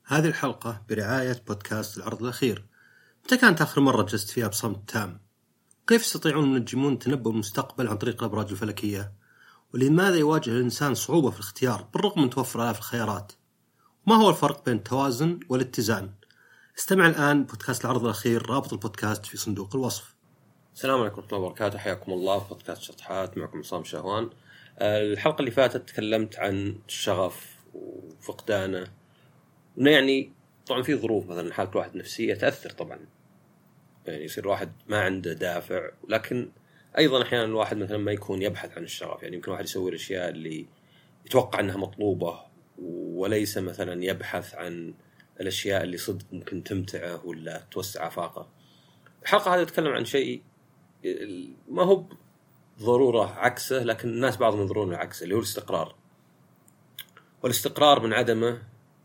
هذه الحلقة برعاية بودكاست العرض الأخير. متى كانت آخر مرة جلست فيها بصمت تام؟ كيف يستطيعون المنجمون تنبؤ المستقبل عن طريق الأبراج الفلكية؟ ولماذا يواجه الإنسان صعوبة في الاختيار بالرغم من توفر آلاف الخيارات؟ وما هو الفرق بين التوازن والاتزان؟ استمع الآن بودكاست العرض الأخير، رابط البودكاست في صندوق الوصف. السلام عليكم ورحمة الله وبركاته، حياكم الله في بودكاست شطحات. معكم عصام شهوان. الحلقة اللي فاتت تكلمت عن الشغف وفقدانه، يعني طبعا في ظروف مثلا حالة الواحد نفسية تأثر طبعا، يعني يصير الواحد ما عنده دافع، لكن أيضا أحيانا الواحد مثلا ما يكون يبحث عن الشغف، يعني يمكن الواحد يسوي الأشياء اللي يتوقع أنها مطلوبة وليس مثلا يبحث عن الأشياء اللي صدق ممكن تمتعه ولا توسع آفاقه. الحلقة هذه تتكلم عن شيء ما هو ضرورة عكسه، لكن الناس بعضهم ينظرون عكسه، اللي هو الاستقرار. والاستقرار من عدمه،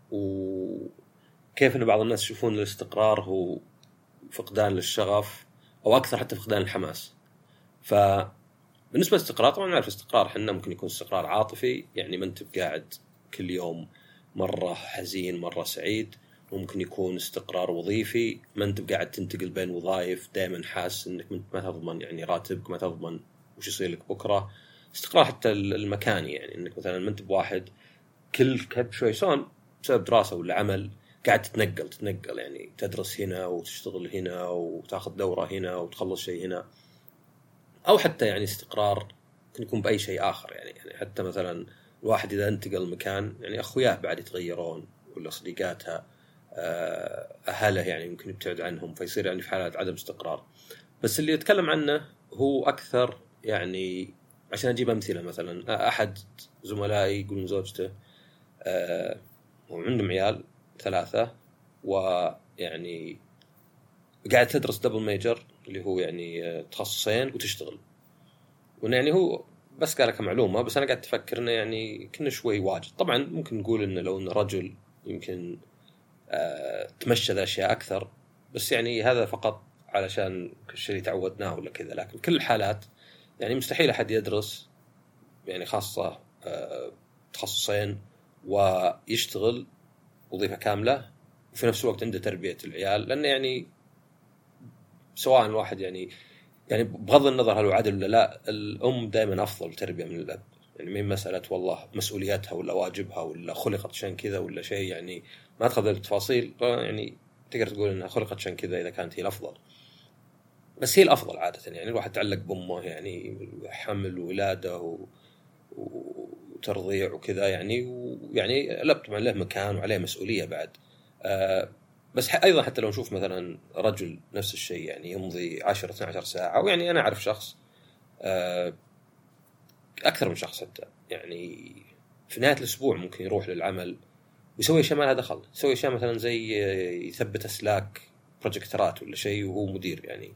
وكيف أن بعض الناس يشوفون الاستقرار هو فقدان للشغف أو أكثر حتى فقدان الحماس. فبالنسبة للاستقرار طبعا نعرف الاستقرار حنا ممكن يكون استقرار عاطفي، يعني ما أنت قاعد كل يوم مرة حزين مرة سعيد. ممكن يكون استقرار وظيفي، ما أنت قاعد تنتقل بين وظائف دائما حاس أنك ما تضمن يعني راتبك، ما تضمن وش يصير لك بكرة. استقرار حتى المكاني، يعني أنك مثلا ما أنت بواحد كل شوي سواء بسبب دراسة ولا عمل قاعد تتنقل، يعني تدرس هنا وتشتغل هنا وتاخذ دورة هنا وتخلص شيء هنا، أو حتى يعني استقرار ممكن يكون بأي شيء آخر. يعني حتى مثلا الواحد إذا انتقل مكان، يعني أخوياه بعد يتغيرون ولا صديقاتها، أهله يعني ممكن يبتعد عنهم، فيصير يعني في حالة عدم استقرار. بس اللي يتكلم عنه هو أكثر، يعني عشان أجيب أمثلة، مثلا أحد زملائي يقول من زوجته وعندهم عيال 3، ويعني قاعد تدرس دبل ميجر اللي هو يعني تخصصين وتشتغل. ويعني هو بس قال لك معلومة، بس أنا قاعد أفكر إنه يعني كنا شوي واجد. طبعا ممكن نقول إنه لو إنه رجل يمكن تمشى ذا أشياء أكثر، بس يعني هذا فقط علشان الشيء اللي تعودناه ولا كذا. لكن كل الحالات يعني مستحيل أحد يدرس يعني خاصة تخصصين ويشتغل وظيفة كاملة وفي نفس الوقت عنده تربية العيال، لأن يعني سواء الواحد يعني بغض النظر هل هو عدل ولا لا، الأم دائما أفضل تربية من الأب. يعني من مسألة والله مسؤولياتها ولا واجبها ولا خلقت عشان كذا ولا شيء، يعني ما أدخل التفاصيل، يعني تقدر تقول إنها خلقت عشان كذا إذا كانت هي الأفضل. بس هي الأفضل عادة، يعني الواحد تعلق بأمه، يعني حمل وولادة وترضيع وكذا، يعني لا طبعا له مكان وعليه مسؤولية بعد. بس أيضا حتى لو نشوف مثلا رجل نفس الشيء، يعني يمضي 10-12 ساعة، ويعني أنا أعرف شخص أكثر من شخص حتى، يعني في نهاية الأسبوع ممكن يروح للعمل ويسوي أشياء ما لها دخل، يسوي أشياء مثلا زي يثبت أسلاك بروجكترات ولا شيء وهو مدير. يعني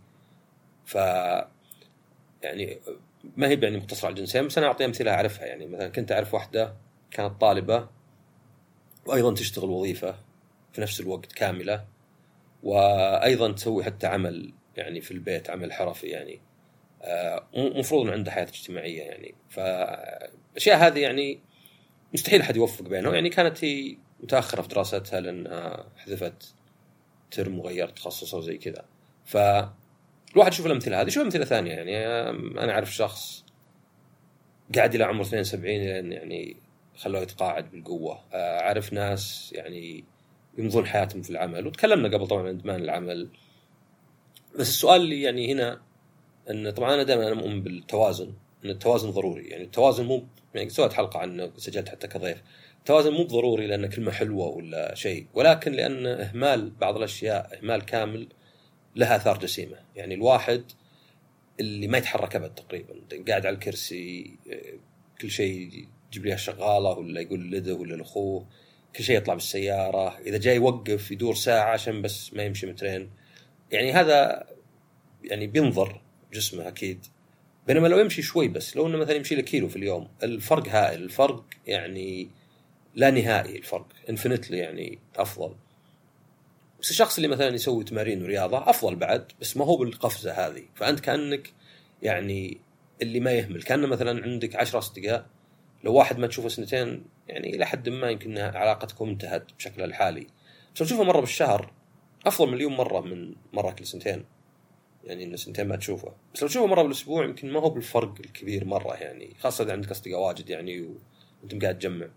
يعني ما هي يعني مقتصرة على الجنسين، بس أنا أعطي أمثلة أعرفها. يعني مثلا كنت أعرف واحدة كانت طالبة وأيضا تشتغل وظيفة في نفس الوقت كاملة، وأيضا تسوي حتى عمل يعني في البيت، عمل حرفي، يعني مفروض أن عنده حياة اجتماعية. يعني فالأشياء هذه يعني مستحيل أحد يوفق بينه. يعني كانت هي متأخرة في دراستها لأنها حذفت ترم وغيرت تخصصها وزي كذا. فالواحد يشوف الأمثلة هذه. شوف أمثلة ثانية، يعني أنا أعرف شخص قاعد إلى عمر 72 لأن يعني خلوه يتقاعد بالقوة. أعرف ناس يعني يمضون حياتهم في العمل، وتكلمنا قبل طبعا عن إدمان العمل. بس السؤال اللي يعني هنا أن طبعا أنا دائما مؤمن بالتوازن، أن التوازن ضروري. يعني التوازن مو يعني سويت حلقة عنه سجلت حتى كضيف. التوازن مو ضروري لأن كلمة حلوة ولا شيء، ولكن لأن إهمال بعض الأشياء إهمال كامل لها آثار جسيمة. يعني الواحد اللي ما يتحرك أبد تقريبا، قاعد على الكرسي، كل شيء يجيب لها شغالة ولا يقول لده ولا لأخوه، كل شيء يطلع بالسيارة، إذا جاي يوقف يدور ساعة عشان بس ما يمشي مترين، يعني هذا يعني بينظر جسمه أكيد. بينما لو يمشي شوي بس، لو إنه مثلا يمشي لكيلو في اليوم، الفرق هائل، الفرق يعني لا نهائي، الفرق انفينيتلي يعني أفضل. بس الشخص اللي مثلا يسوي تمارين ورياضة أفضل بعد، بس ما هو بالقفزة هذه. فأنت كأنك يعني اللي ما يهمل، كأنه مثلا عندك 10 أصدقاء، لو واحد ما تشوفه سنتين يعني إلى حد ما يمكن علاقتكم انتهت بشكل الحالي. عشان تشوفه مرة بالشهر أفضل مليون مرة من مرة كل سنتين. يعني إن سنتين ما تشوفه، بس لو تشوفه مرة بالأسبوع يمكن ما هو بالفرق الكبير مرة يعني، خاصة إذا عندك أصدقاء واجد يعني وأنت قاعد تجمع.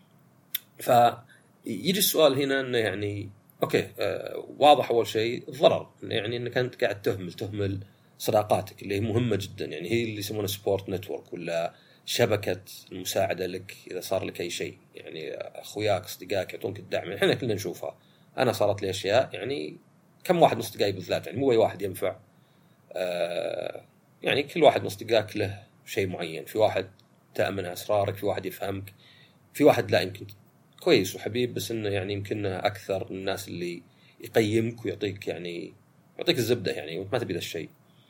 فيجي السؤال هنا إنه يعني أوكي واضح أول شيء الضرر، يعني إنك أنت قاعد تهمل صداقاتك اللي هي مهمة جدا، يعني هي اللي يسمونها سبورت نتورك ولا شبكة المساعدة لك إذا صار لك أي شيء. يعني أخوياك أصدقائك يعطونك الدعم، يعني إحنا كلنا نشوفها. أنا صارت لي أشياء يعني كم واحد من أصدقائي بالذات، يعني مو أي واحد ينفع. يعني كل واحد من أصدقائك له شيء معين، في واحد تأمن أسرارك، في واحد يفهمك، في واحد لا يمكن كويس وحبيب بس إنه يعني يمكن أكثر من الناس اللي يقيمك ويعطيك يعني يعطيك الزبدة يعني وأنت ما تبي ذا الشيء.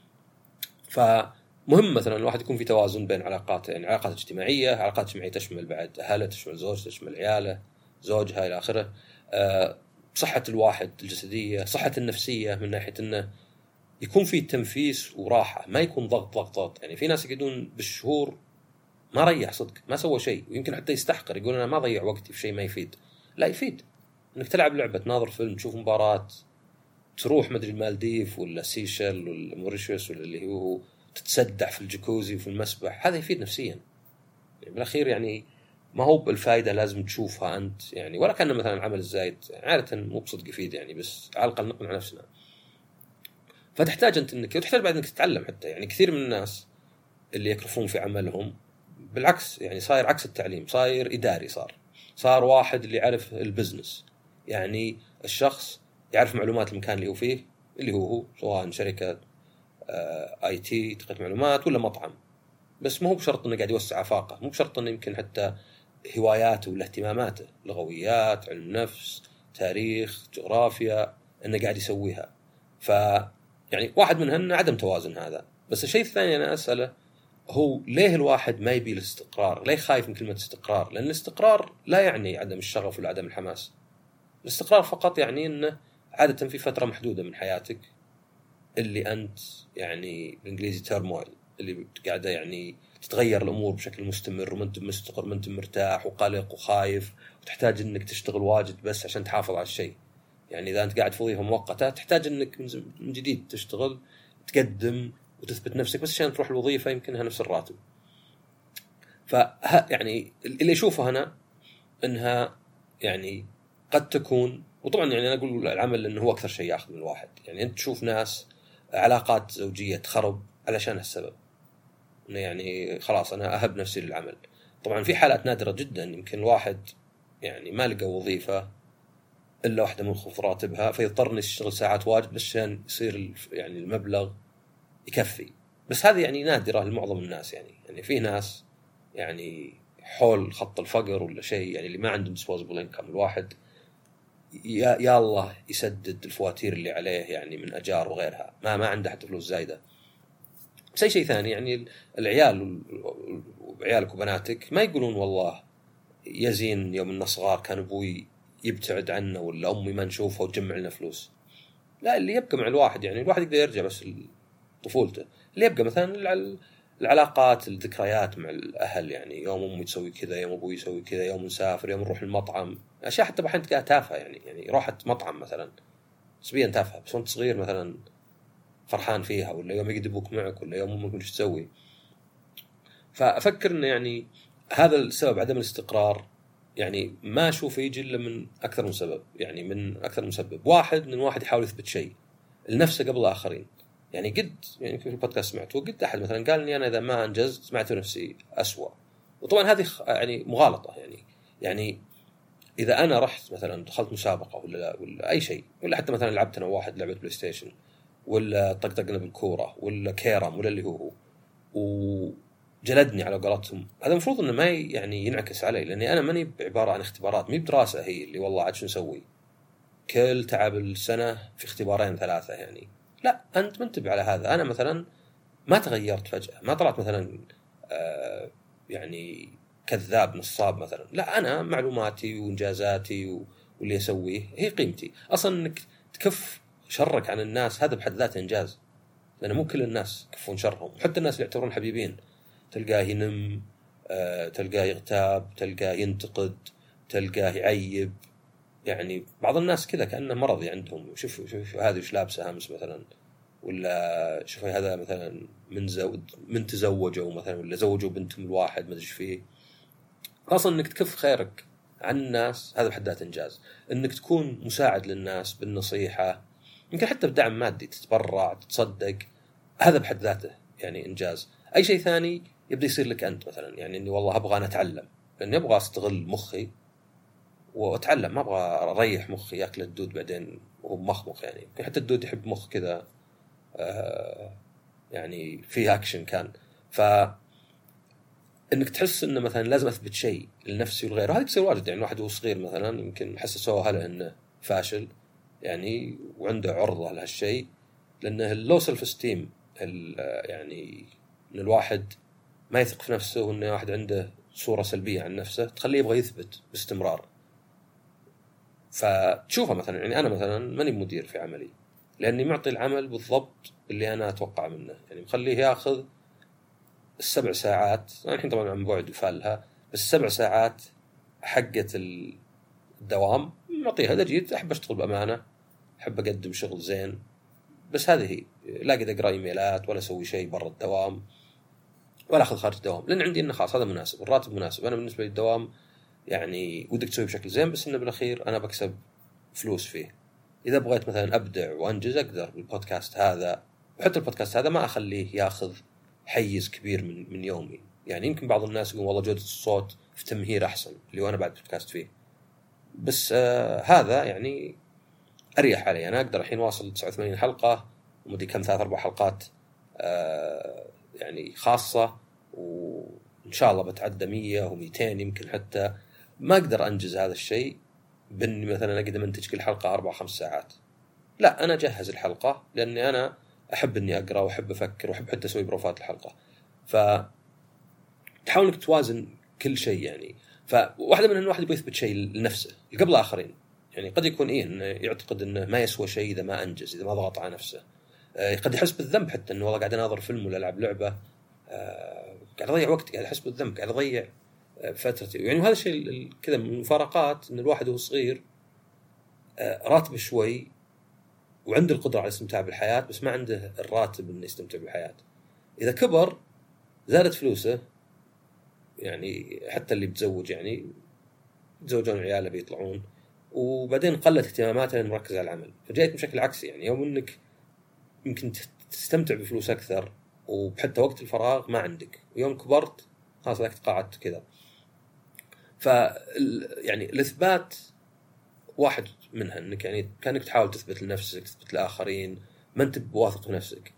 فمهم مثلا الواحد يكون في توازن بين علاقاته، يعني علاقات اجتماعية، علاقات اجتماعية تشمل بعد أهله، تشمل زوجته، تشمل عياله، زوجها إلى آخره. صحة الواحد الجسدية، صحة النفسية من ناحية إنه يكون في تنفيس وراحة، ما يكون ضغط. يعني في ناس يقعدون بالشهور ما ريح صدق، ما سوى شيء، ويمكن حتى يستحقر يقول أنا ما ضيع وقتي في شيء ما يفيد. لا، يفيد إنك تلعب لعبة، تناظر فيلم، تشوف مباراة، تروح مدري المالديف ولا سيشل ولا موريشيوس ولا اللي هو تتسدح في الجاكوزي وفي المسبح، هذا يفيد نفسيا. يعني بالأخير يعني ما هو بالفائدة لازم تشوفها أنت يعني، ولا كان مثلا العمل الزايد عادة مو بصدق يفيد يعني، بس على الأقل نقنع نفسنا. فتحتاج أنت إنك وتحتاج بعد إنك تتعلم حتى. يعني كثير من الناس اللي يكرفون في عملهم بالعكس، يعني صاير عكس التعليم، صاير إداري، صار واحد اللي يعرف البزنس. يعني الشخص يعرف معلومات المكان اللي هو فيه، اللي هو سواء شركة اي تي تقنية معلومات ولا مطعم، بس مو بشرط انه قاعد يوسع آفاقه، مو بشرط انه يمكن حتى هواياته ولا اهتماماته، لغويات، علم نفس، تاريخ، جغرافيا، انه قاعد يسويها. ف يعني واحد منهن عدم توازن هذا. بس الشيء الثاني انا اساله هو ليه الواحد ما يبي الاستقرار؟ ليه خايف من كلمة استقرار؟ لأن الاستقرار لا يعني عدم الشغف ولا عدم الحماس. الاستقرار فقط يعني أنه عادة في فترة محدودة من حياتك اللي أنت يعني بالإنجليزي تيرمويل، اللي قاعدة يعني تتغير الأمور بشكل مستمر، ومنت مستقر، منت مرتاح وقلق وخايف، وتحتاج أنك تشتغل واجد بس عشان تحافظ على الشيء. يعني إذا أنت قاعد في وظيفة مؤقتة تحتاج أنك من جديد تشتغل، تقدم وتثبت نفسك بس عشان تروح الوظيفة يمكنها نفس الراتب. يعني اللي أشوفه هنا أنها يعني قد تكون، وطبعا يعني أنا أقول العمل لأنه هو أكثر شيء يأخذ من الواحد. يعني أنت تشوف ناس علاقات زوجية تخرب علشان السبب إنه يعني خلاص أنا أهب نفسي للعمل. طبعا في حالات نادرة جدا، يمكن الواحد يعني ما لقى وظيفة إلا واحدة منخفض راتبها فيضطر يشتغل ساعات واجد بس عشان يصير يعني المبلغ يكفي. بس هذه يعني نادرة لمعظم الناس. يعني في ناس يعني حول خط الفقر ولا شيء، يعني اللي ما عندهم disposable income، الواحد يا الله يسدد الفواتير اللي عليه يعني من أجار وغيرها، ما عنده حتى فلوس زايدة. بس أي شيء ثاني يعني العيال وعيالك وبناتك ما يقولون والله يزين يوم إنه صغار كان أبوي يبتعد عنه ولا أمي ما نشوفها وتجمع لنا فلوس. لا، اللي يبقى مع الواحد يعني الواحد يقدر يرجع بس طفولته، اللي يبقى مثلا العلاقات، الذكريات مع الأهل، يعني يوم أمي تسوي كذا، يوم أبوي يسوي كذا، يوم نسافر، يوم نروح المطعم، أشياء حتى بحين تلقاها تافهة يعني رحت مطعم مثلا نسبيا تافهة بس وانت صغير مثلا فرحان فيها، ولا يوم يقعد أبوك معك، ولا يوم أمك وش تسوي. فأفكر إنه يعني هذا السبب عدم الاستقرار يعني ما أشوفه يجي إلا من أكثر من سبب، يعني من أكثر من مسبب. واحد، من واحد يحاول يثبت شيء لنفسه قبل الآخرين. يعني يعني في البودكاست سمعته قد أحد مثلا قال إني أنا إذا ما أنجزت سمعت نفسي أسوأ، وطبعا هذه يعني مغالطة. يعني إذا أنا رحت مثلا دخلت مسابقة ولا أي شيء، ولا حتى مثلا لعبت أنا واحد لعبة بلاي ستيشن، ولا طقطقنا بالكورة، ولا كيرم، ولا اللي هو وجلدني على قولتهم، هذا المفروض إنه ما يعني ينعكس علي، لأني أنا ماني بعبارة عن اختبارات، مي بدراسة هي اللي والله عاد شو نسوي كل تعب السنة في اختبارين ثلاثة يعني. لا، أنت منتبه على هذا. أنا مثلا ما تغيرت فجأة، ما طلعت مثلا يعني كذاب نصاب مثلا. لا، أنا معلوماتي وإنجازاتي واللي أسويه هي قيمتي. أصلا إنك تكف شرك عن الناس هذا بحد ذاته إنجاز، لأن مو كل الناس يكفون شرهم، حتى الناس اللي يعتبرون حبيبين تلقاه ينم، تلقاه يغتاب، تلقاه ينتقد، تلقاه يعيب، يعني بعض الناس كذا كأنه مرضي عندهم، شوف هذه وش لابسه أمس مثلا، ولا شوف هذا مثلا من تزوجوا مثلا، ولا زوجوا بنتهم الواحد ما أدري إيش فيه. أصلا إنك تكف خيرك عن الناس هذا بحد ذاته إنجاز. إنك تكون مساعد للناس بالنصيحة، يمكن حتى بدعم مادي، تتبرع تتصدق، هذا بحد ذاته يعني إنجاز. أي شيء ثاني يبدأ يصير لك أنت مثلا، يعني إني والله أبغى أنا أتعلم، لأني أبغى أستغل مخي وأتعلم، ما أبغى أريح مخي يأكل الدود بعدين وهو مخمخ. يعني حتى الدود يحب مخ كذا يعني فيه أكشن كان. إنك تحس إنه مثلا لازم أثبت شيء لنفسي ولغيره، هذا يصير واجد. يعني واحد وهو صغير مثلا يمكن حسسوه هلا إنه فاشل يعني، وعنده عرضة لهالشيء، لأنه اللو سيلف استيم يعني إن الواحد ما يثق في نفسه، وإنه واحد عنده صورة سلبية عن نفسه تخليه يبغى يثبت باستمرار. فتشوفه مثلا، يعني أنا مثلا ماني مدير في عملي، لأني معطي العمل بالضبط اللي أنا أتوقع منه، يعني مخليه ياخذ 7 ساعات. أنا الحين طبعا عن بعد وفالها، بس 7 ساعات حقة الدوام معطيها. إذا جيت أحب أشتغل بأمانة، أحب أقدم شغل زين، بس هذه هي. لا قد أقرأ إيميلات ولا أسوي شيء برا الدوام ولا أخذ خارج الدوام، لأن عندي إنه خلاص هذا مناسب، الراتب مناسب. أنا بالنسبة لي الدوام يعني ودك تسوي بشكل زين، بس إنه بالأخير أنا بكسب فلوس فيه. إذا بغيت مثلا أبدع وأنجز أقدر بالبودكاست هذا، وحتى البودكاست هذا ما أخليه ياخذ حيز كبير من يومي. يعني يمكن بعض الناس يقول والله جودة الصوت في تمهير أحسن اللي وأنا بعد بودكاست فيه، بس هذا يعني أريح علي. أنا أقدر الحين واصل 89 حلقة، ومدي كم 3-4 حلقات يعني خاصة، وإن شاء الله بتعدى 100 و200 يمكن. حتى ما أقدر أنجز هذا الشيء بأني مثلا أقدر أنتج كل حلقة 4-5 ساعات. لا، أنا أجهز الحلقة لأني أنا أحب أني أقرأ وأحب أفكر وأحب حتى أسوي بروفات الحلقة. فتحاول أنك توازن كل شيء يعني. فواحدة من الواحد يبغى يثبت شيء لنفسه قبل آخرين. يعني قد يكون إنه يعتقد إنه ما يسوى شيء إذا ما أنجز، إذا ما ضغط على نفسه. قد يحس بالذنب حتى إنه والله قاعد أناظر فيلم ولا ألعب لعبة، قاعد أضيع وقت، قاعد أحس بالذنب، قاعد أضيع فترتي. يعني هذا الشيء كذا من مفارقات إن الواحد وهو صغير راتب شوي وعنده القدرة على الاستمتاع بالحياة، بس ما عنده الراتب إنه يستمتع بالحياة. إذا كبر زادت فلوسه، يعني حتى اللي بتزوج يعني يتزوجون عياله بيطلعون، وبعدين قلت اهتماماته لأنه مركز على العمل. فجاءت بشكل عكسي، يعني يوم إنك يمكن تستمتع بفلوس أكثر وحتى وقت الفراغ ما عندك، ويوم كبرت خلاص ذاك تقاعدت كذا. يعني الإثبات واحد منها، إنك يعني كأنك تحاول تثبت لنفسك، تثبت لآخرين، ما أنت بواثق في نفسك.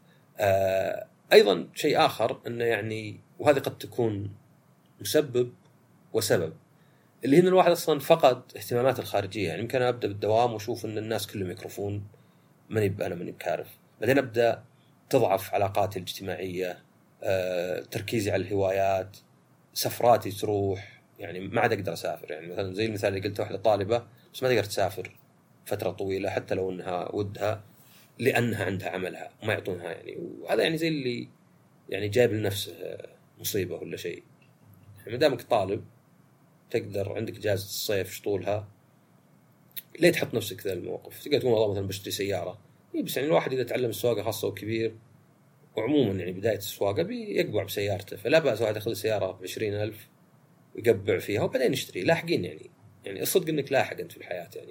أيضا شيء آخر إنه يعني، وهذه قد تكون مسبب وسبب، اللي هنا الواحد أصلا فقد اهتمامات الخارجية. يعني يمكن أبدأ بالدوام وأشوف إن الناس كلهم يكرفون، أنا ماني بكارف. بعدين أبدأ تضعف علاقاتي الاجتماعية، تركيزي على الهوايات، سفراتي تروح، يعني ما عاد أقدر أسافر. يعني مثلا زي المثال اللي قلته، واحدة طالبة بس ما تقدر تسافر فترة طويلة حتى لو أنها ودها، لأنها عندها عملها وما يعطونها. يعني وهذا يعني زي اللي يعني جايب لنفسه مصيبة ولا شيء. يعني مدامك طالب تقدر، عندك إجازة الصيف شطولها، ليه تحط نفسك ذا الموقف؟ تقدر تقول والله مثلا بشتري سيارة، بس يعني الواحد إذا تعلم السواقة خاصة وكبير، وعموما يعني بداية السواقة بيقبع بسيارته، فلا بأس واحد يأخذ سيارة ب20,000 ويقبع فيها وبعدين يشتري. لاحقين يعني الصدق إنك لاحق أنت في الحياة. يعني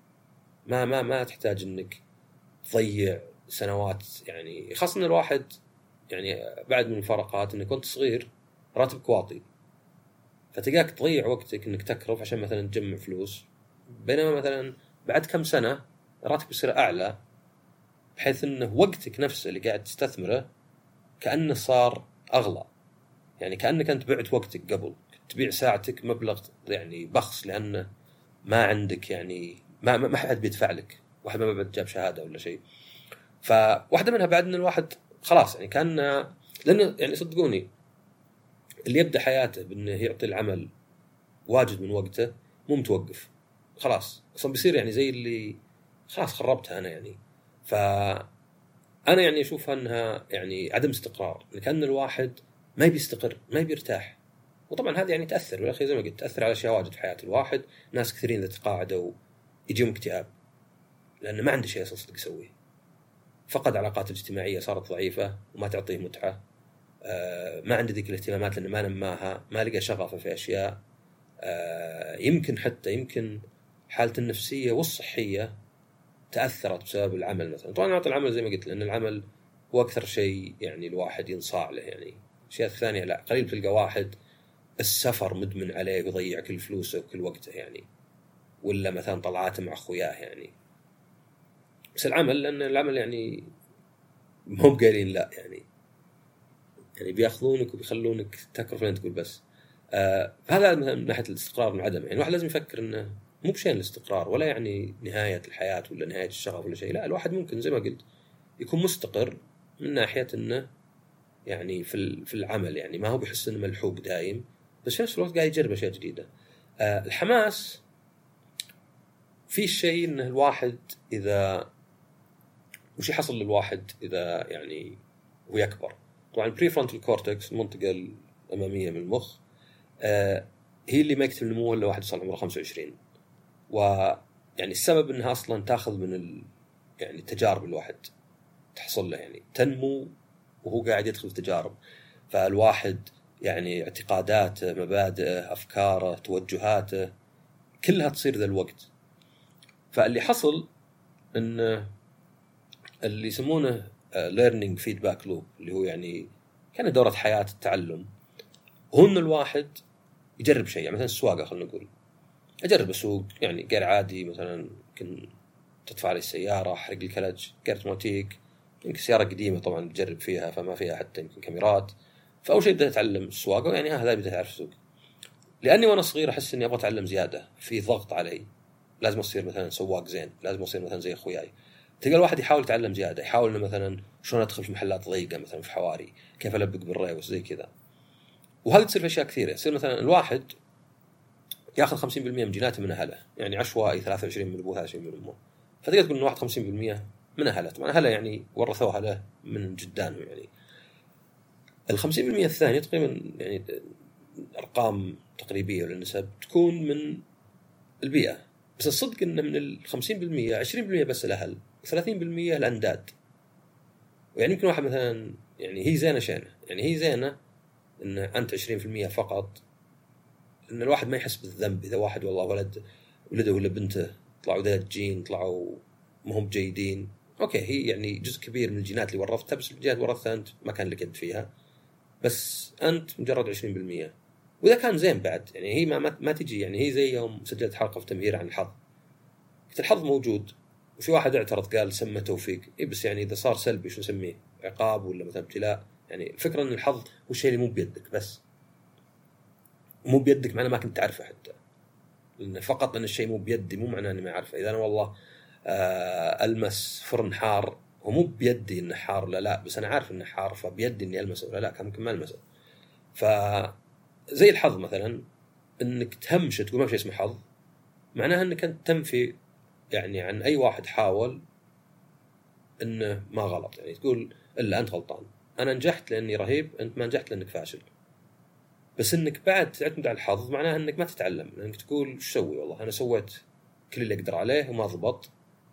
ما تحتاج إنك تضيع سنوات. يعني خاصة إن الواحد يعني بعد من الفرقات إنك كنت صغير راتبك واطي، فتلقاك تضيع وقتك إنك تكرف عشان مثلا تجمع فلوس، بينما مثلا بعد كم سنة راتبك يصير أعلى، بحيث إنه وقتك نفسه اللي قاعد تستثمره كأنه صار أغلى. يعني كأنك أنت بعت وقتك قبل، تبيع ساعتك مبلغ يعني بخس، لأنه ما عندك يعني ما حد بيدفع لك، واحد ما بعد جاب شهادة ولا شيء. فواحدة منها بعد إن الواحد خلاص يعني كان، لأنه يعني صدقوني اللي يبدأ حياته بأنه يعطي العمل واجد من وقته مو متوقف، خلاص أصلا بيصير يعني زي اللي خلاص خربتها أنا. يعني فأنا يعني أشوفها أنها يعني عدم استقرار، لأن الواحد ما بيستقر، ما بيرتاح. وطبعا هذا يعني تأثر بالأخير زي ما قلت، تأثر على أشياء واجد في حياة الواحد. ناس كثيرين إذا تقاعدوا يجيهم اكتئاب، لأنه ما عنده شيء صدق يسويه، فقد علاقات اجتماعية صارت ضعيفة وما تعطيه متعة، ما عنده ذيك الاهتمامات لأنه ما نماها، ما لقى شغفه في أشياء، يمكن حالته النفسية والصحية تأثرت بسبب العمل مثلا. طبعا نعطي العمل زي ما قلت، لأن العمل هو أكثر شيء يعني الواحد ينصاع له. يعني الأشياء الثانية لا، قليل تلقى واحد السفر مدمن عليه ويضيع كل فلوسه وكل وقته يعني، ولا مثلا طلعاته مع أخوياه يعني. بس العمل، لأن العمل يعني مو قايلين لا، يعني بياخذونك وبيخلونك تكرف لين تقول بس. هذا مثلا من ناحية الاستقرار من عدم. يعني الواحد لازم يفكر إنه مو بشيء الاستقرار ولا يعني نهاية الحياة ولا نهاية الشغف ولا شيء. لا، الواحد ممكن زي ما قلت يكون مستقر من ناحية إنه يعني في العمل، يعني ما هو بيحس إنه ملحوق دائم، بس في نفس الوقت قاعد يجرب أشياء جديدة. الحماس في شيء إنه الواحد إذا وش يحصل للواحد إذا يعني هو يكبر. طبعا البريفرونتال كورتكس، المنطقة الأمامية من المخ، هي اللي ما يكتب النمو إلا واحد يصل عمره 25. ويعني السبب إنها أصلا تأخذ من يعني التجارب الواحد تحصل له، يعني تنمو وهو قاعد يدخل في تجارب. فالواحد يعني اعتقاداته، مبادئه، أفكاره، توجهاته كلها تصير ذا الوقت. فاللي حصل إن اللي يسمونه learning feedback loop، اللي هو يعني كان دورة حياة التعلم، هو إن الواحد يجرب شيء. يعني مثلا السواقة، خلنا نقول أجرب أسوق يعني غير عادي، مثلا يمكن تدفع لي السيارة، أحرق الكلتش، كرت موتيك، يمكن سيارة قديمة طبعا تجرب فيها فما فيها حتى يمكن كاميرات. فأول شيء بدأت أتعلم السواقة، يعني هذا بدأت أعرف أسوق. لأني وأنا صغير أحس إني أبغى أتعلم زيادة، في ضغط علي، لازم أصير مثلا سواق زين، لازم أصير مثلا زي أخوياي. تلقى الواحد يحاول يتعلم زيادة، يحاول إنه مثلا شلون أدخل في محلات ضيقة مثلا في حواري، كيف ألبق بالريوس زي كذا. وهذا تصير في أشياء كثيرة. يصير مثلا الواحد يأخذ 50% من جيناته من أهله، يعني عشوائي 23 من أبوه 23 من أمه. فتقدر تقول إن واحد 50% من أهله. طبعا أهله يعني ورثوها له من جدانه. يعني 50% الثانية تقريبا يعني أرقام تقريبية ولا نسب تكون من البيئة. بس الصدق إن من 50% 20% بس الأهل، 30% الأنداد. يعني يمكن واحد مثلا يعني هي زينة شينة، يعني هي زينة إن أنت 20% فقط، إن الواحد ما يحس بالذنب إذا واحد والله ولده ولا بنته طلعوا ذات جين، طلعوا ما هم جيدين. أوكي، هي يعني جزء كبير من الجينات اللي ورثتها، بس الجينات ورثتها أنت ما كان لك يد فيها، بس أنت مجرد 20%. وإذا كان زين بعد، يعني هي ما تجي. يعني هي زي يوم سجلت حلقة في تمهير عن الحظ، الحظ موجود، وفي واحد اعترض قال سمى توفيق. بس يعني إذا صار سلبي شو نسميه؟ عقاب ولا مثلا ابتلاء؟ يعني الفكرة أن الحظ هو الشيء اللي مو بيدك، بس مو بيدك معناه ما كنت تعرفه حتى. لأن فقط أن الشيء مو بيدي مو معناه أني ما أعرفه. إذا أنا والله ألمس فرن حار، هو مو بيدي إنه حار لا، بس أنا عارف إنه حار، فبيدي إني ألمسه ولا لا، كان ممكن ما ألمسه. فزي الحظ مثلا، إنك تهمش تقول ما في شيء اسمه حظ، معناها إنك أنت تنفي يعني عن أي واحد حاول إنه ما غلط. يعني تقول إلا أنت غلطان، أنا نجحت لأني رهيب، أنت ما نجحت لأنك فاشل. بس إنك بعد تعتمد على الحظ معناها إنك ما تتعلم، لأنك تقول شو سوي، والله أنا سويت كل اللي أقدر عليه وما ضبط،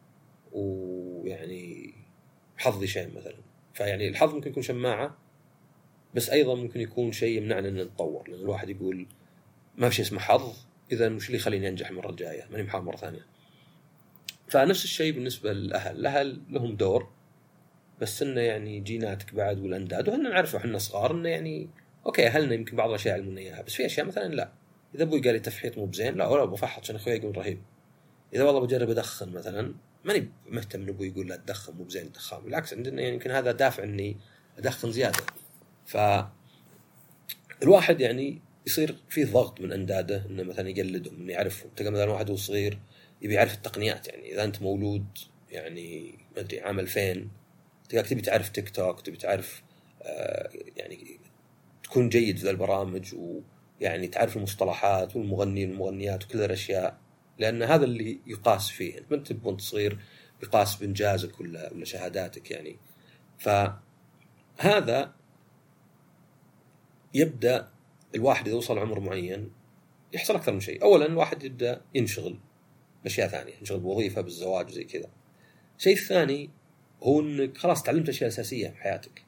ويعني حظي شيء مثلا. فيعني الحظ ممكن يكون شماعة، بس أيضا ممكن يكون شيء يمنعنا أن نتطور. لأن الواحد يقول ما في شيء اسمه حظ، إذا مش اللي يخليني أنجح المرة الجاية، ماني محاول مرة ثانية. فنفس الشيء بالنسبة للأهل. الأهل لهم دور، بس إنه يعني جيناتك بعد والأنداد، وهنا نعرفه إحنا صغار إنه يعني أوكي أهلنا يمكن بعض الأشياء علمونا إياها، بس في أشياء مثلا لا. إذا أبوي قال لي تفحيط مو بزين، لا ولا بفحط عشان أخوي يقول رهيب. إذا والله بجرب أدخن مثلا، ماني مهتم إن أبوي يقول لا تدخن مو بزين الدخان، بالعكس عندنا يعني يمكن هذا دافع إني أدخن زيادة. فالواحد يعني يصير فيه ضغط من أنداده إنه مثلا يقلدهم، إنه يعرفهم. تلقى مثلا واحد وهو صغير يبي يعرف التقنيات. يعني إذا أنت مولود يعني ما أدري عام 2000، تلقاك تبي تعرف تيك توك، تبي تعرف يعني تكون جيد في البرامج، ويعني تعرف المصطلحات والمغنيين والمغنيات وكل الأشياء، لأن هذا اللي يقاس فيه. أنت وأنت صغير يقاس بإنجازك ولا شهاداتك يعني. فهذا يبدأ الواحد إذا وصل عمر معين يحصل أكثر من شيء. أولا الواحد يبدأ ينشغل، بأشياء ثانية، انشغل بوظيفة، بالزواج وزي كذا. الشيء الثاني هو انك خلاص تعلمت اشياء اساسيه في حياتك،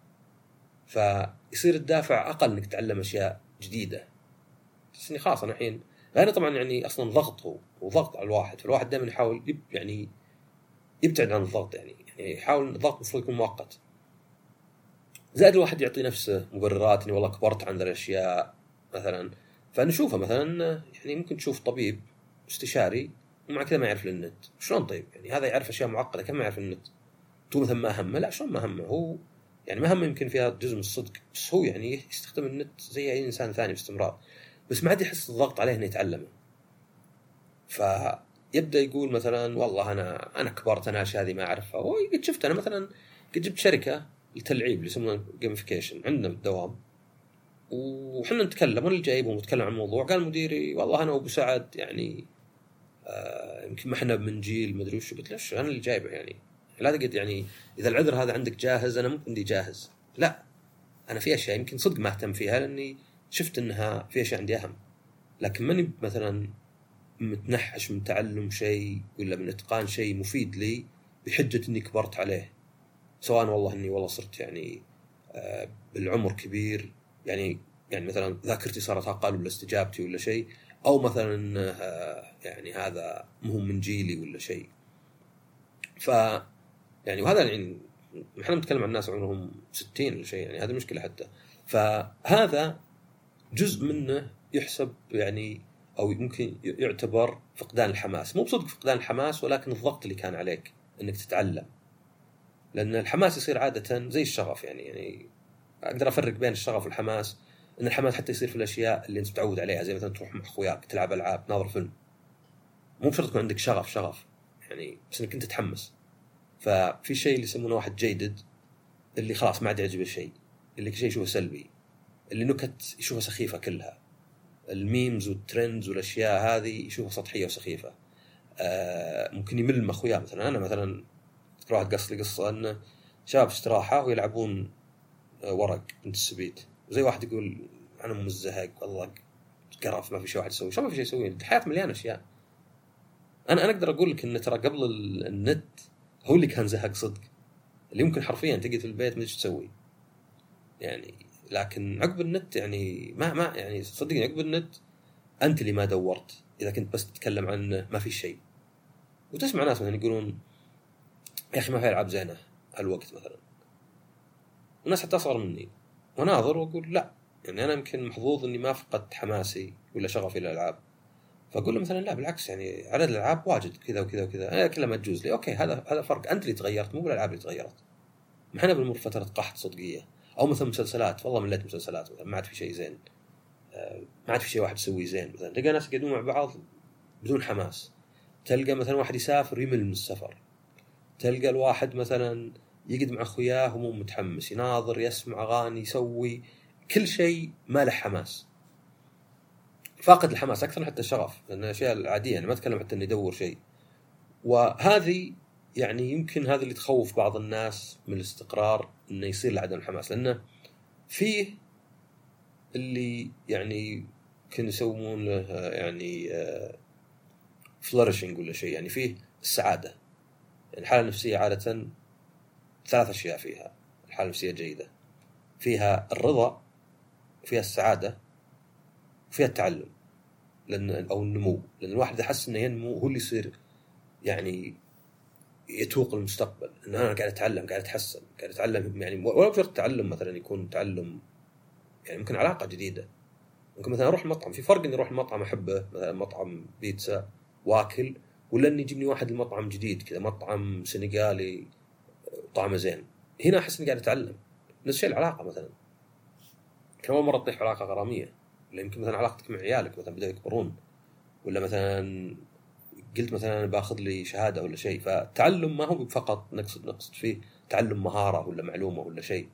فيصير الدافع اقل انك تتعلم اشياء جديده. بس اني خلاص انا الحين غير طبعا يعني اصلا ضغط وضغط على الواحد، فالواحد دائما يحاول يعني يبتعد عن الضغط، يعني يحاول الضغط المفروض يكون مؤقت. زائد الواحد يعطي نفسه مبررات اني والله كبرت عن ذا الاشياء مثلا، فنشوفه مثلا يعني ممكن تشوف طبيب استشاري ومع كذا ما يعرف النت. شلون طيب يعني هذا يعرف اشياء معقده كم ما يعرف النت؟ تو مثلا ما همه، لا شلون ما همه؟ هو يعني ما همه يمكن فيها جزء من الصدق، بس هو يعني يستخدم النت زي اي انسان ثاني باستمرار، بس ما عاد يحس الضغط عليه انه يتعلمه. فيبدا يقول مثلا والله انا كبرت، انا الاشياء هذه ما اعرفها. وقد شفت انا مثلا قد جبت شركه للتلعيب اللي يسمونه جيمفيكيشن عندنا بالدوام، وحنا نتكلم وانا اللي جايبه ونتكلم عن الموضوع، قال مديري والله انا وابو سعد يعني يمكن ما احنا من جيل ما ادري وش. قلت له انا اللي جايبه يعني لا تقعد يعني اذا العذر هذا عندك جاهز انا ممكن دي جاهز، لا انا في اشياء يمكن صدق ما اهتم فيها لاني شفت انها في اشياء عندي اهم، لكن ماني مثلا متنحش من تعلم شيء ولا من اتقان شيء مفيد لي بحجه اني كبرت عليه، سواء والله اني والله صرت يعني بالعمر كبير، يعني مثلا ذاكرتي صارت اقل ولا استجابتي ولا شيء، او مثلا يعني هذا مهم من جيلي ولا شيء. ف يعني وهذا يعني احنا نتكلم عن ناس عمرهم 60 ولا شيء، يعني هذه مشكله حتى. فهذا جزء منه يحسب يعني او ممكن يعتبر فقدان الحماس، مو بصدق فقدان الحماس ولكن الضغط اللي كان عليك انك تتعلم. لان الحماس يصير عاده زي الشغف، يعني اقدر افرق بين الشغف والحماس، ان الحماس حتى يصير في الاشياء اللي انت متعود عليها، زي مثلا تروح مع اخوياك تلعب العاب، تناظر فيلم، مو بشرط يكون عندك شغف يعني، بس انك انت تتحمس. ففي شيء اللي يسمونه واحد جيدد، اللي خلاص ما عاد يعجبه شيء، اللي كل شيء يشوفه سلبي، اللي نكت يشوفها سخيفه كلها، الميمز والترندز والاشياء هذه يشوفها سطحيه وسخيفه. ممكن يمل مع اخوياه. مثلا انا مثلا واحد قص لي قصه ان شباب استراحه ويلعبون ورق بنت السبيت، زي واحد يقول انا مزهق والله قرف ما في شيء واحد يسوي. شو ما في شيء يسوي؟ الحياه مليانه اشياء. انا اقدر اقول لك ان ترى قبل النت هو اللي كان زهق صدق، اللي يمكن حرفيا تقعد في البيت ما ايش تسوي يعني. لكن عقب النت يعني ما يعني صدقني عقب النت انت اللي ما دورت، اذا كنت بس تتكلم عنه ما في شيء. وتسمع ناس مثلا يقولون يا اخي ما في العاب زينه هالوقت مثلا، وناس حتى اصغر مني، وناظر واقول لا يعني انا يمكن محظوظ اني ما فقدت حماسي ولا شغفي للالعاب. فاقول له مثلا لا بالعكس، يعني عدد الالعاب واجد كذا وكذا وكذا، انا كلها ما تجوز لي. اوكي هذا فرق، انت اللي تغيرت مو الالعاب اللي تغيرت. ما احنا بنمر فتره قحط صدقيه. او مثلا مسلسلات، والله مليت مسلسلات مثلا، ما عاد في شيء زين، ما عاد في شيء واحد يسوي زين. مثلا تلقى ناس يقعدون مع بعض بدون حماس، تلقى مثلا واحد يسافر يمل من السفر، تلقى الواحد مثلا يقعد مع اخوياه ومو متحمس، يناظر يسمع اغاني يسوي كل شيء ما له حماس، فاقد الحماس اكثر حتى الشغف، لان الاشياء العاديه انا ما اتكلم حتى انه يدور شيء. وهذه يعني يمكن هذا اللي تخوف بعض الناس من الاستقرار، انه يصير له عدم الحماس. لانه فيه اللي يعني كانوا يسمون له يعني فلورشنج ولا شيء، يعني فيه السعاده. يعني الحاله النفسيه عاده 3 أشياء فيها الحاله النفسيه جيده، فيها الرضا، فيها السعاده، وفيها التعلم لان او النمو. لان الواحد اذا حس انه ينمو هو اللي يصير يعني يتوق المستقبل، ان انا قاعد اتعلم، قاعد اتحسن، قاعد اتعلم. يعني ولا بشرط تعلم مثلا يكون تعلم يعني ممكن علاقه جديده، ممكن مثلا اروح المطعم. في فرق اني اروح المطعم احبه مثلا مطعم بيتزا واكل، ولا اني يجيبني واحد المطعم جديد كذا مطعم سنغالي طعمه زين، هنا احس اني قاعد اتعلم. نفس الشيء العلاقه مثلا، كم مره تطيح علاقه غراميه، ولا يمكن مثلا علاقتك مع عيالك مثلا بدأوا يكبرون، ولا مثلا قلت مثلا أنا باخذ لي شهادة ولا شيء. فالتعلم ما هو فقط نقصد فيه تعلم مهارة ولا معلومة ولا شيء،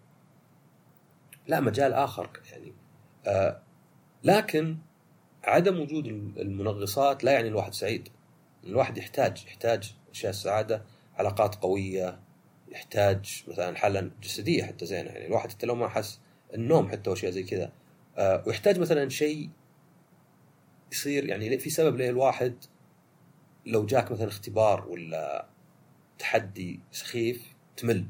لا مجال آخر يعني. لكن عدم وجود المنغصات لا يعني الواحد سعيد. الواحد يحتاج أشياء السعادة، علاقات قوية، يحتاج مثلا حالة جسدية حتى زينة، يعني الواحد حتى لو ما حس النوم حتى وأشياء زي كذا. ويحتاج مثلا شيء يصير يعني في سبب ليه الواحد لو جاك مثلا اختبار ولا تحدي سخيف تمل،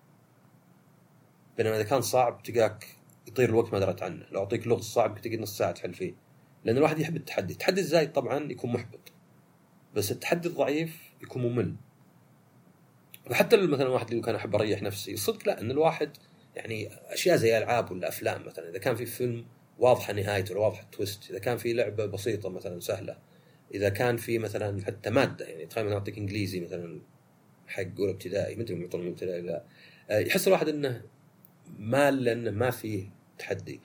بينما إذا كان صعب تلقاك يطير الوقت ما درت عنه. لو أعطيك لغز صعب تقعد نص ساعة تحل فيه، لأن الواحد يحب التحدي. التحدي الزايد طبعا يكون محبط، بس التحدي الضعيف يكون ممل. وحتى مثلا واحد اللي كان أحب أريح نفسي صدق، لا، أن الواحد يعني أشياء زي ألعاب ولا أفلام مثلا، إذا كان في فيلم واضحة نهايته ولا واضحة تويست، إذا كان في لعبة بسيطة مثلا سهلة، إذا كان في مثلا حتى مادة، يعني تخيل نعطيك إنجليزي مثلا حق أولى ابتدائي، ما أدري من يعطون ابتدائي لا، يحس الواحد إنه مال لأنه ما فيه تحدي.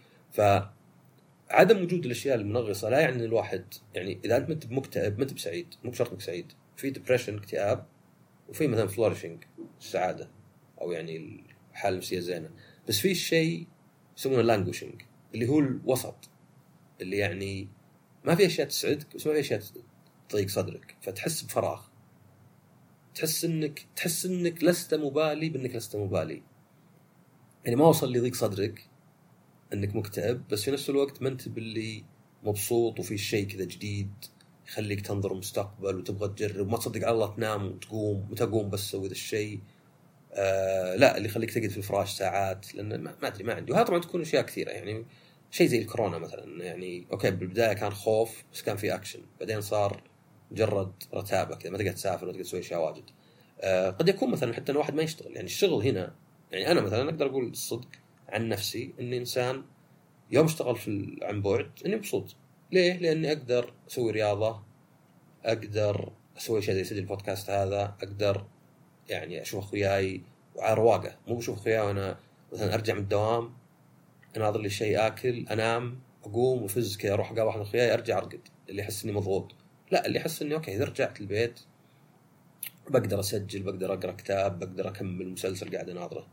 فعدم وجود الأشياء المنغصة لا يعني الواحد، يعني إذا أنت مت مكتئب ما أنت بسعيد، مو بشرط إنك سعيد، في ديبريشن اكتئاب، وفي مثلا فلوريشنج السعادة أو يعني الحالة النفسية زينة. بس في شيء يسمونه لانجوشنج اللي هو الوسط، اللي يعني ما في أشياء تسعدك بس ما في أشياء تضيق صدرك، فتحس بفراغ، تحس إنك لست مبالي بأنك لست مبالي. يعني ما وصل لضيق صدرك انك مكتئب، بس في نفس الوقت ما انت باللي مبسوط وفي شيء كذا جديد يخليك تنظر المستقبل وتبغى تجرب، ما تصدق على الله تنام وتقوم بس تسوي ذا الشيء. لا، اللي يخليك تقعد في الفراش ساعات، لان ما ادري ما عندي. وهذا طبعا تكون اشياء كثيره، يعني شيء زي الكورونا مثلا، يعني اوكي بالبدايه كان خوف بس كان في اكشن، بعدين صار مجرد رتابه كذا، ما تقدر تسافر وما تقدر تسوي اشياء واجد. قد يكون مثلا حتى الواحد ما يشتغل، يعني الشغل هنا، يعني انا مثلا اقدر اقول الصدق عن نفسي اني انسان يوم اشتغل عن بعد اني مبسوط. ليه؟ لاني اقدر اسوي رياضه، اقدر اسوي شيء زي سجل البودكاست هذا، اقدر يعني اشوف اخوياي وعلى رواقه، مو بشوف اخوياي وانا مثلا ارجع من الدوام اناظر لي شيء اكل انام اقوم وفز كذا اروح اقابل واحد من اخوياي ارجع ارقد، اللي يحس اني مضغوط. لا، اللي يحس اني اوكي اذا رجعت البيت بقدر اسجل، بقدر اقرا كتاب، بقدر اكمل مسلسل قاعد اناظره.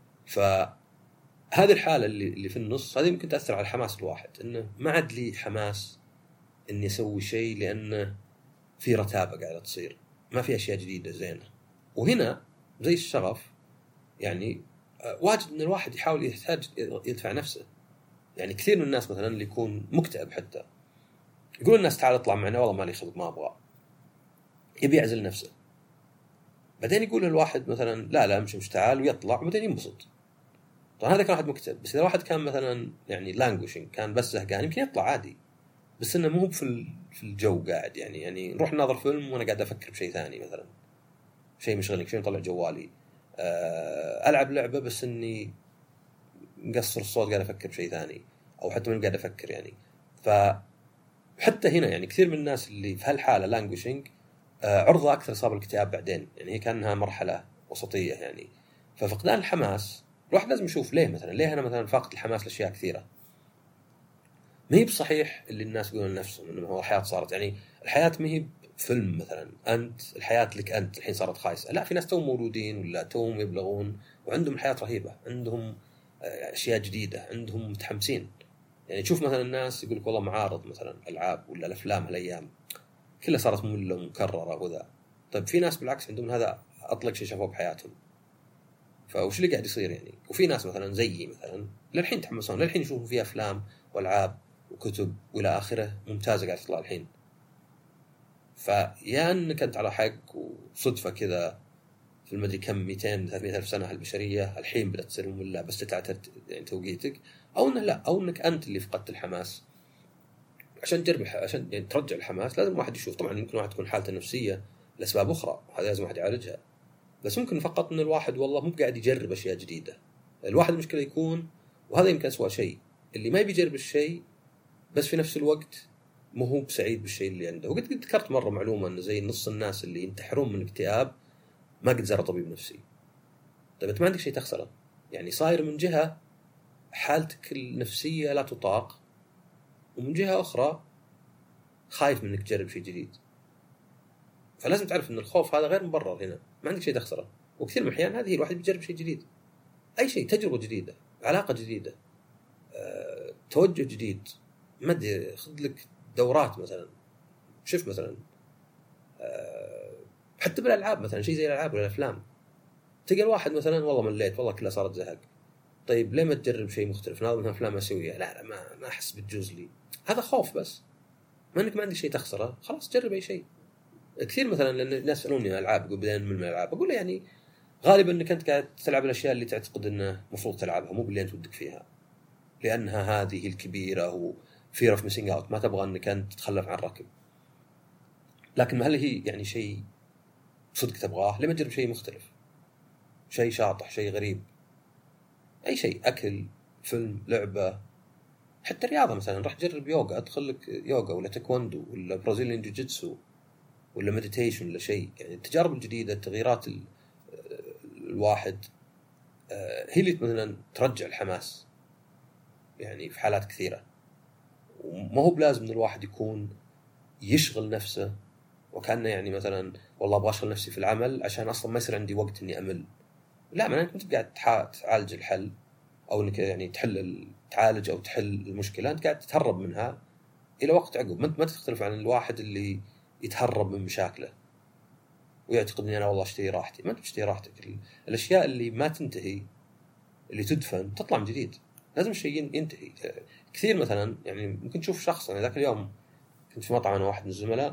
فهذه الحاله اللي في النص هذه ممكن تاثر على الحماس الواحد، انه ما عاد لي حماس اني اسوي شيء لانه في رتابه قاعده تصير، ما في اشياء جديده زينه. وهنا زي الشغف، يعني واجد ان الواحد يحاول يحتاج يدفع نفسه. يعني كثير من الناس مثلا اللي يكون مكتئب حتى يقول الناس تعال اطلع معنا، والله مالي خلق ما ابغى، يبي يعزل نفسه. بعدين يقول الواحد مثلا لا امشي مش تعال، ويطلع وبعدين ينبسط. طبعا هذا كان واحد مكتئب. بس اذا واحد كان مثلا يعني لانجوشنج، كان بس زهقان، يمكن يطلع عادي، بس انه مو في الجو قاعد، يعني نروح نناظر فيلم وانا قاعد افكر بشيء ثاني، مثلا شيء مشغلني، شيء مطلع جوالي، العب لعبه بس اني مقصر الصوت قاعد افكر بشيء ثاني، او حتى من قاعد افكر يعني. فحتى هنا يعني كثير من الناس اللي في هالحاله لانجوشنج عرضه اكثر اصابه الاكتئاب بعدين، يعني هي كانها مرحله وسطيه يعني. ففقدان الحماس الواحد لازم يشوف ليه مثلا، ليه انا مثلا فاقد الحماس لاشياء كثيره. ما هي بصحيح اللي الناس يقولون لنفسهم انه هو الحياه صارت، يعني الحياه ما هي فيلم مثلا، انت الحياه لك انت الحين صارت خايسه. لا، في ناس توهم مولودين ولا توهم يبلغون وعندهم الحياه رهيبه، عندهم اشياء جديده، عندهم متحمسين. يعني تشوف مثلا الناس يقول لك والله معارض مثلا العاب ولا الافلام هالايام كلها صارت ممله ومكرره وذا. طيب في ناس بالعكس عندهم هذا اطلق شيء شافوه بحياتهم، فوش اللي قاعد يصير يعني؟ وفي ناس مثلا زيي مثلا للحين يتحمسون، للحين يشوفون فيها افلام والعاب وكتب والى اخره ممتازه قاعد تطلع الحين. فيا انك انت على حق وصدفه كذا في المدري كم 200 300 الف سنه البشريه الحين بدات تصير ممله بس تتعتر يعني توقيتك، او انه لا، او انك انت اللي فقدت الحماس. عشان تجرب عشان يعني ترجع الحماس لازم واحد يشوف. طبعا يمكن واحد تكون حالته النفسيه لاسباب اخرى، هذا لازم واحد يعالجها. بس ممكن فقط ان الواحد والله مو قاعد يجرب اشياء جديده. الواحد المشكله يكون، وهذا يمكن اسوأ شيء، اللي ما يبي يجرب الشيء بس في نفس الوقت مو هو سعيد بالشيء اللي عنده. وقد ذكرت مره معلومه انه زي نص الناس اللي ينتحرون من اكتئاب ما قد زار طبيب نفسي. طيب انت ما عندك شيء تخسره، يعني صاير من جهه حالتك النفسيه لا تطاق، ومن جهه اخرى خايف منك تجرب شيء جديد. فلازم تعرف ان الخوف هذا غير مبرر، هنا ما عندك شيء تخسره. وكثير من الاحيان هذه الواحد بيجرب شيء جديد، اي شيء، تجربه جديده، علاقه جديده، توجه جديد، ما ادري، خذ لك دورات مثلا، شوف مثلا حتى بالالعاب مثلا، شيء زي الالعاب ولا الافلام، تلقى الواحد مثلا والله مليت، والله كلها صارت زهق. طيب ليه ما تجرب شيء مختلف؟ ناظر مثلا افلام اسيويه، لا ما احس بتجوز لي. هذا خوف، بس ما انك ما عندك شيء تخسره، خلاص جرب اي شيء. كثير مثلا لان الناس يسالوني عن العاب، يقول بدينا من الالعاب، اقول له يعني غالبا انك انت قاعد تلعب الاشياء اللي تعتقد انه مفروض تلعبها، مو باللي انت ودك فيها، لانها هذه الكبيره وفير اوف ميسنج اوت، ما تبغى انك انت تتخلف عن الركب. لكن هل هي يعني شيء صدق تبغاه؟ لما تجرب شيء مختلف، شيء شاطح، شيء غريب، اي شيء، اكل، فيلم، لعبه، حتى رياضه مثلا، راح تجرب يوغا، ادخل لك يوغا ولا تايكوندو ولا برازيليان جوجيتسو ولا مديتيشن ولا شيء. يعني التجارب الجديده، التغييرات الواحد هي اللي مثلا ترجع الحماس يعني في حالات كثيره. وما هو بلازم ان الواحد يكون يشغل نفسه وكانه يعني مثلا والله ابغى اشغل نفسي في العمل عشان اصلا ما يصير عندي وقت اني امل. لا، ما انت قاعد تعالج الحل، او انك يعني تعالج او تحل المشكله، انت قاعد تتهرب منها الى وقت عقب. ما تختلف عن الواحد اللي يتهرب من مشاكله ويعتقد اني انا والله اشتري راحتي. ما انت بتشتري راحتك. الاشياء اللي ما تنتهي، اللي تدفن، تطلع من جديد. لازم الشيء ينتهي. كثير مثلا يعني ممكن تشوف شخص، انا ذاك اليوم كنت في مطعم انا واحد من الزملاء،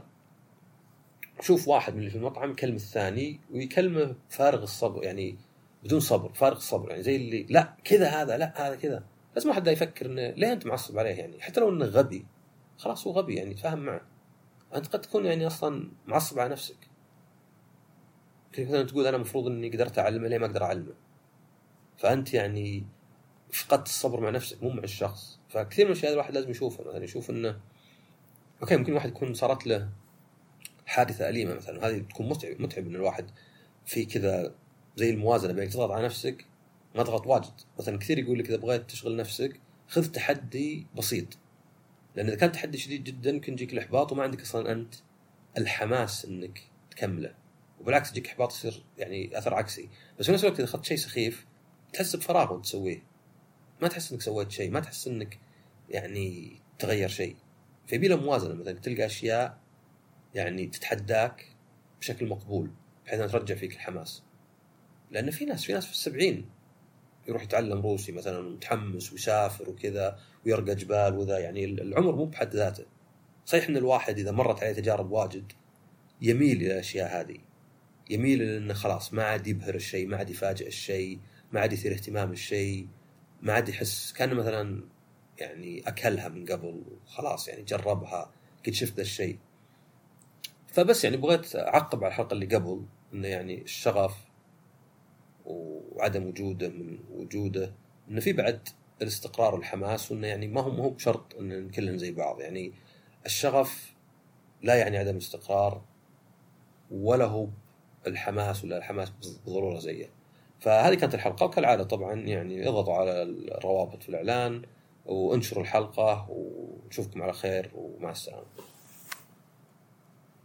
شوف واحد من اللي في المطعم يكلم الثاني ويكلمه فارغ الصبر، يعني بدون صبر، فارغ الصبر، يعني زي اللي لا كذا هذا، لا هذا كذا. لازم واحد يفكر انه ليه انت معصب عليه، يعني حتى لو انه غبي خلاص هو غبي، يعني تفاهم معه. انت قد تكون يعني اصلا معصب على نفسك. مثلا تقول انا مفروض اني قدرت اعلمه، ليه ما اقدر اعلمه؟ فانت يعني فقدت الصبر مع نفسك مو مع الشخص. فكثير من الاشياء الواحد لازم يشوفها، مثلا يشوف انه اوكي ممكن واحد يكون صارت له حادثه اليمه مثلا، هذه تكون متعب ان الواحد في كذا زي الموازنه بين تضغط على نفسك ما تضغط واجد. مثلا كثير يقول لك اذا بغيت تشغل نفسك خذ تحدي بسيط، لان اذا كان تحدي شديد جدا يمكن يجيك الاحباط وما عندك اصلا انت الحماس انك تكمله، وبالعكس يجيك احباط، يصير يعني اثر عكسي. بس في نفس الوقت اذا اخذت شيء سخيف تحس بفراغ وانت تسويه، ما تحس انك سويت شيء، ما تحس انك يعني تغير شيء. فيبي له موازنه، مثلا تلقى اشياء يعني تتحداك بشكل مقبول بحيث أن ترجع فيك الحماس. لأن في ناس في 70 يروح يتعلم روسي مثلا ومتحمس ويسافر وكذا ويرقى جبال وذا. يعني العمر مو بحد ذاته. صحيح أن الواحد إذا مرت عليه تجارب واجد يميل إلى الأشياء هذه، يميل إلى أنه خلاص ما عاد يبهر الشيء، ما عاد يفاجئ الشيء، ما عاد يثير اهتمام الشيء، ما عاد يحس كأنه مثلا يعني أكلها من قبل وخلاص، يعني جربها قد شفت ذا الشيء. فبس يعني بغيت أعقب على الحلقة اللي قبل إنه يعني الشغف وعدم وجوده من وجوده، إنه في بعد الاستقرار والحماس، وإنه يعني ما هو بشرط إن كلهم زي بعض. يعني الشغف لا يعني عدم استقرار، ولا هو الحماس ولا الحماس بالضرورة زيه. فهذه كانت الحلقة، وكالعادة طبعا يعني اضغطوا على الروابط في الإعلان وانشروا الحلقة، ونشوفكم على خير ومع السلامة.